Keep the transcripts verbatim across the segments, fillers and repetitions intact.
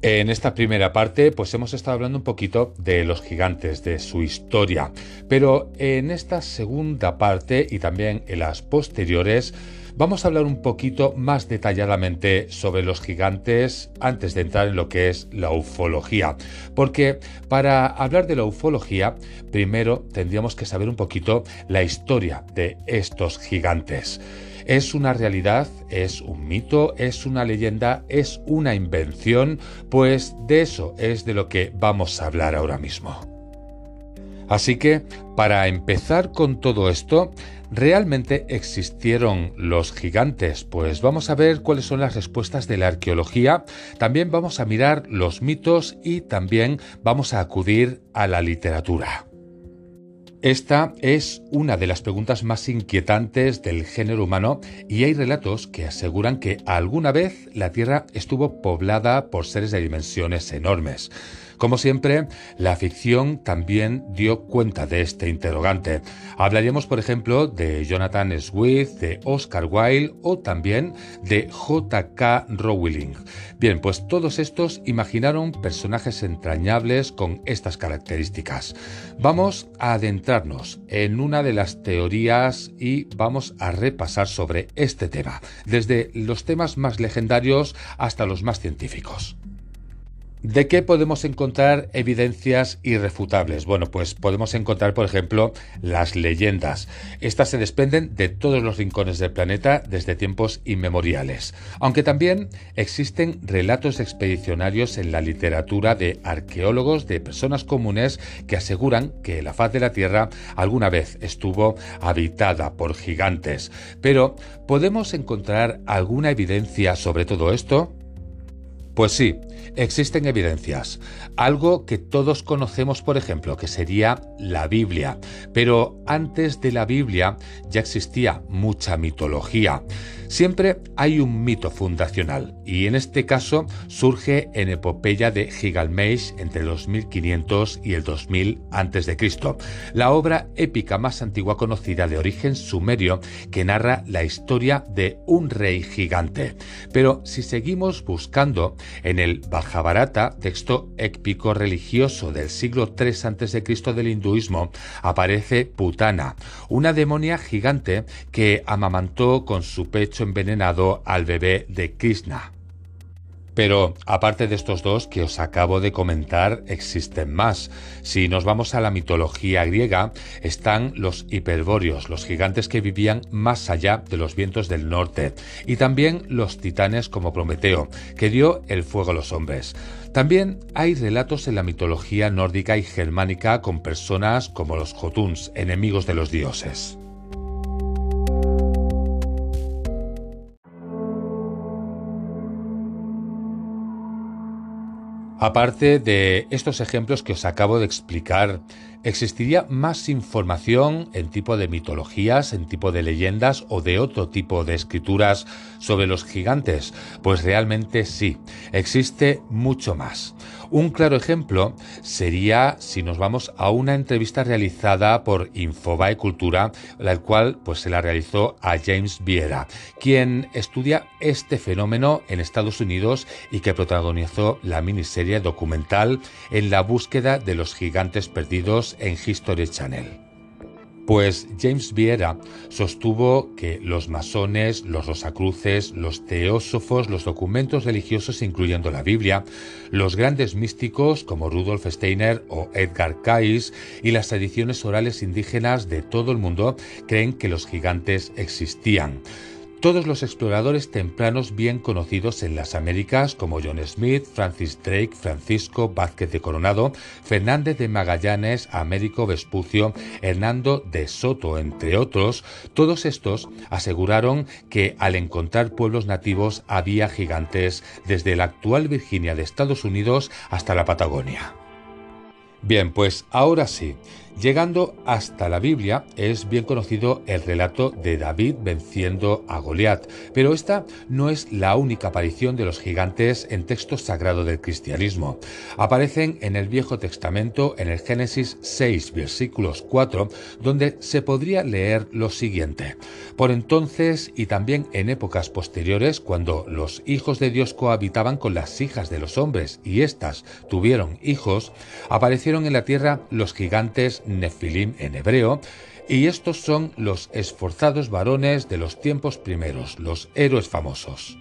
En esta primera parte, pues hemos estado hablando un poquito de los gigantes, de su historia, pero en esta segunda parte y también en las posteriores, vamos a hablar un poquito más detalladamente sobre los gigantes antes de entrar en lo que es la ufología, porque para hablar de la ufología, primero tendríamos que saber un poquito la historia de estos gigantes. ¿Es una realidad? ¿Es un mito? ¿Es una leyenda? ¿Es una invención? Pues de eso es de lo que vamos a hablar ahora mismo. Así que, para empezar con todo esto, ¿realmente existieron los gigantes? Pues vamos a ver cuáles son las respuestas de la arqueología, también vamos a mirar los mitos y también vamos a acudir a la literatura. Esta es una de las preguntas más inquietantes del género humano y hay relatos que aseguran que alguna vez la Tierra estuvo poblada por seres de dimensiones enormes. Como siempre, la ficción también dio cuenta de este interrogante. Hablaríamos, por ejemplo, de Jonathan Swift, de Oscar Wilde o también de J K Rowling. Bien, pues todos estos imaginaron personajes entrañables con estas características. Vamos a adentrarnos en una de las teorías y vamos a repasar sobre este tema, desde los temas más legendarios hasta los más científicos. ¿De qué podemos encontrar evidencias irrefutables? Bueno, pues podemos encontrar, por ejemplo, las leyendas. Estas se desprenden de todos los rincones del planeta desde tiempos inmemoriales. Aunque también existen relatos expedicionarios en la literatura de arqueólogos, de personas comunes que aseguran que la faz de la Tierra alguna vez estuvo habitada por gigantes. Pero, ¿podemos encontrar alguna evidencia sobre todo esto? Pues sí, existen evidencias. Algo que todos conocemos, por ejemplo, que sería la Biblia. Pero antes de la Biblia ya existía mucha mitología. Siempre hay un mito fundacional y en este caso surge en epopeya de Gilgamesh entre los mil quinientos y el dos mil antes de Cristo, la obra épica más antigua conocida de origen sumerio que narra la historia de un rey gigante. Pero si seguimos buscando en el Majábharata, texto épico religioso del siglo tres antes de Cristo del hinduismo, aparece Putana, una demonia gigante que amamantó con su pecho envenenado al bebé de Krishna. Pero, aparte de estos dos que os acabo de comentar, existen más. Si nos vamos a la mitología griega, están los hiperbóreos, los gigantes que vivían más allá de los vientos del norte, y también los titanes como Prometeo, que dio el fuego a los hombres. También hay relatos en la mitología nórdica y germánica con personas como los Jotuns, enemigos de los dioses. Aparte de estos ejemplos que os acabo de explicar, ¿existiría más información en tipo de mitologías, en tipo de leyendas o de otro tipo de escrituras sobre los gigantes? Pues realmente sí, existe mucho más. Un claro ejemplo sería si nos vamos a una entrevista realizada por Infobae Cultura, la cual pues se la realizó a James Vieira, quien estudia este fenómeno en Estados Unidos y que protagonizó la miniserie documental En la búsqueda de los gigantes perdidos en History Channel. Pues James Vieira sostuvo que los masones, los rosacruces, los teósofos, los documentos religiosos incluyendo la Biblia, los grandes místicos como Rudolf Steiner o Edgar Cayce y las tradiciones orales indígenas de todo el mundo creen que los gigantes existían. Todos los exploradores tempranos bien conocidos en las Américas como John Smith, Francis Drake, Francisco Vázquez de Coronado, Fernández de Magallanes, Américo Vespucio, Hernando de Soto, entre otros, todos estos aseguraron que al encontrar pueblos nativos había gigantes desde la actual Virginia de Estados Unidos hasta la Patagonia. Bien, pues ahora sí, Llegando hasta la Biblia, es bien conocido el relato de David venciendo a Goliat, pero esta no es la única aparición de los gigantes en textos sagrados del cristianismo. Aparecen en el Viejo Testamento en el Génesis seis, versículos cuatro, donde se podría leer lo siguiente: por entonces y también en épocas posteriores, cuando los hijos de Dios cohabitaban con las hijas de los hombres y éstas tuvieron hijos, aparecieron en la tierra los gigantes Nefilim en hebreo, y estos son los esforzados varones de los tiempos primeros, los héroes famosos.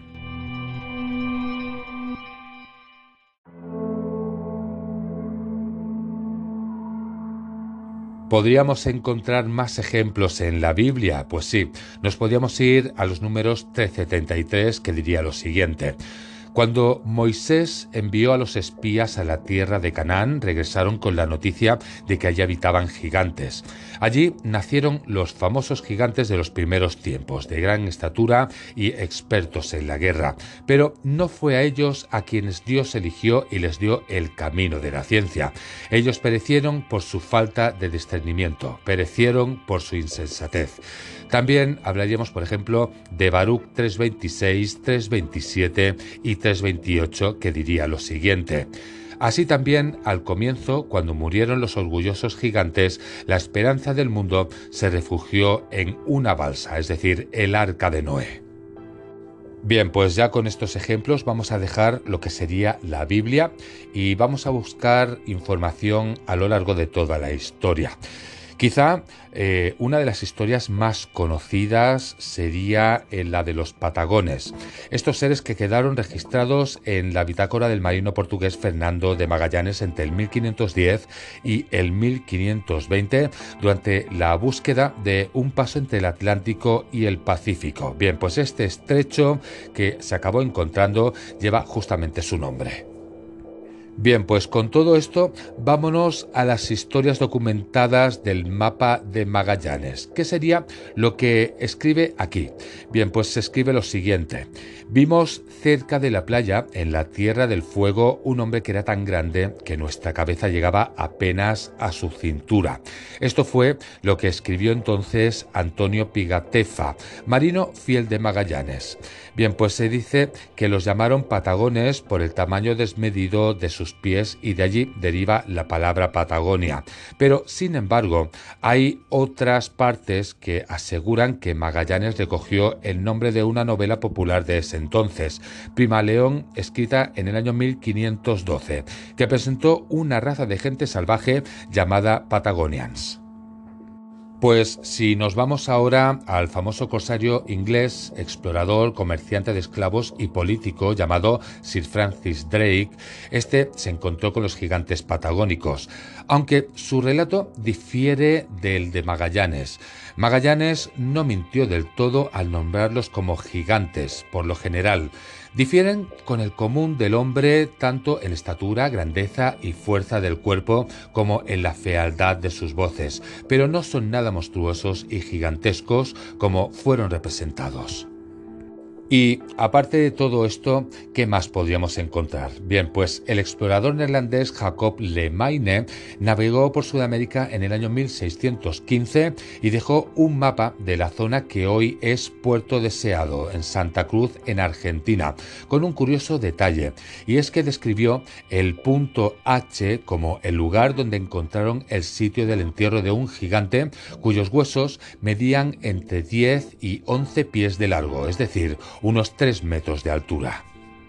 ¿Podríamos encontrar más ejemplos en la Biblia? Pues sí, nos podríamos ir a los números trece setenta y tres, que diría lo siguiente: cuando Moisés envió a los espías a la tierra de Canaán, regresaron con la noticia de que allí habitaban gigantes. Allí nacieron los famosos gigantes de los primeros tiempos, de gran estatura y expertos en la guerra. Pero no fue a ellos a quienes Dios eligió y les dio el camino de la ciencia. Ellos perecieron por su falta de discernimiento, perecieron por su insensatez. También hablaríamos, por ejemplo, de Baruch tres veintiséis, tres veintisiete y tres veintiocho, que diría lo siguiente: así también, al comienzo, cuando murieron los orgullosos gigantes, la esperanza del mundo se refugió en una balsa, es decir, el arca de Noé. Bien, pues ya con estos ejemplos vamos a dejar lo que sería la Biblia y vamos a buscar información a lo largo de toda la historia. Quizá eh, una de las historias más conocidas sería eh, la de los patagones, estos seres que quedaron registrados en la bitácora del marino portugués Fernando de Magallanes entre el mil quinientos diez y el mil quinientos veinte durante la búsqueda de un paso entre el Atlántico y el Pacífico. Bien, pues este estrecho que se acabó encontrando lleva justamente su nombre. Bien, pues con todo esto, vámonos a las historias documentadas del mapa de Magallanes. ¿Qué sería lo que escribe aquí? Bien, pues se escribe lo siguiente: vimos cerca de la playa, en la Tierra del Fuego, un hombre que era tan grande que nuestra cabeza llegaba apenas a su cintura. Esto fue lo que escribió entonces Antonio Pigatefa, marino fiel de Magallanes. Bien, pues se dice que los llamaron patagones por el tamaño desmedido de sus pies y de allí deriva la palabra Patagonia. Pero, sin embargo, hay otras partes que aseguran que Magallanes recogió el nombre de una novela popular de ese entonces, Primaleón, escrita en el año mil quinientos doce, que presentó una raza de gente salvaje llamada Patagonians. Pues si nos vamos ahora al famoso corsario inglés, explorador, comerciante de esclavos y político llamado Sir Francis Drake, este se encontró con los gigantes patagónicos, aunque su relato difiere del de Magallanes. Magallanes no mintió del todo al nombrarlos como gigantes, por lo general. Difieren con el común del hombre tanto en estatura, grandeza y fuerza del cuerpo como en la fealdad de sus voces, pero no son nada monstruosos y gigantescos como fueron representados. Y aparte de todo esto, ¿qué más podríamos encontrar? Bien, pues el explorador neerlandés Jacob Le Mayne navegó por Sudamérica en el año mil seiscientos quince y dejó un mapa de la zona que hoy es Puerto Deseado, en Santa Cruz, en Argentina, con un curioso detalle, y es que describió el punto H como el lugar donde encontraron el sitio del entierro de un gigante cuyos huesos medían entre diez y once pies de largo, es decir, unos tres metros de altura.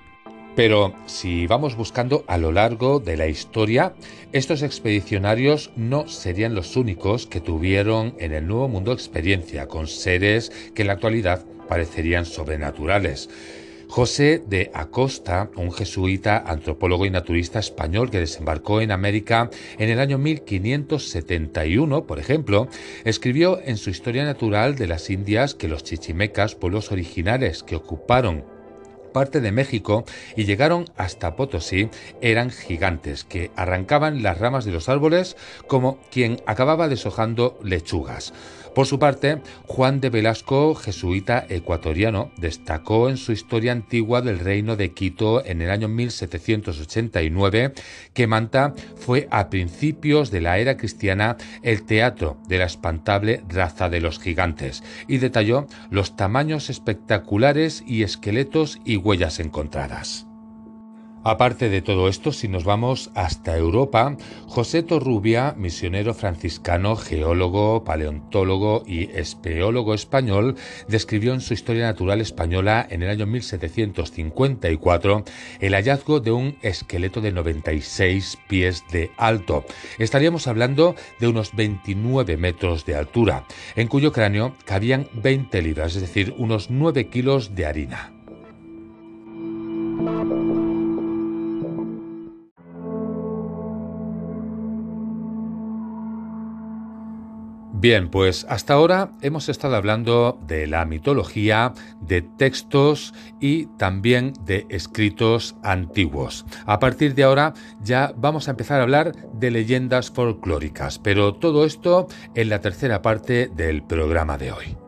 Pero si vamos buscando a lo largo de la historia, estos expedicionarios no serían los únicos que tuvieron en el Nuevo Mundo experiencia con seres que en la actualidad parecerían sobrenaturales. José de Acosta, un jesuita, antropólogo y naturista español que desembarcó en América en el año mil quinientos setenta y uno, por ejemplo, escribió en su Historia Natural de las Indias que los chichimecas, pueblos originales que ocuparon parte de México y llegaron hasta Potosí, eran gigantes que arrancaban las ramas de los árboles como quien acababa deshojando lechugas. Por su parte, Juan de Velasco, jesuita ecuatoriano, destacó en su historia antigua del reino de Quito en el año mil setecientos ochenta y nueve que Manta fue a principios de la era cristiana el teatro de la espantable raza de los gigantes y detalló los tamaños espectaculares y esqueletos y huellas encontradas. Aparte de todo esto, si nos vamos hasta Europa, José Torrubia, misionero franciscano, geólogo, paleontólogo y espeólogo español, describió en su Historia Natural Española en el año mil setecientos cincuenta y cuatro el hallazgo de un esqueleto de noventa y seis pies de alto. Estaríamos hablando de unos veintinueve metros de altura, en cuyo cráneo cabían veinte libras, es decir, unos nueve kilos de harina. Bien, pues hasta ahora hemos estado hablando de la mitología, de textos y también de escritos antiguos. A partir de ahora ya vamos a empezar a hablar de leyendas folclóricas, pero todo esto en la tercera parte del programa de hoy.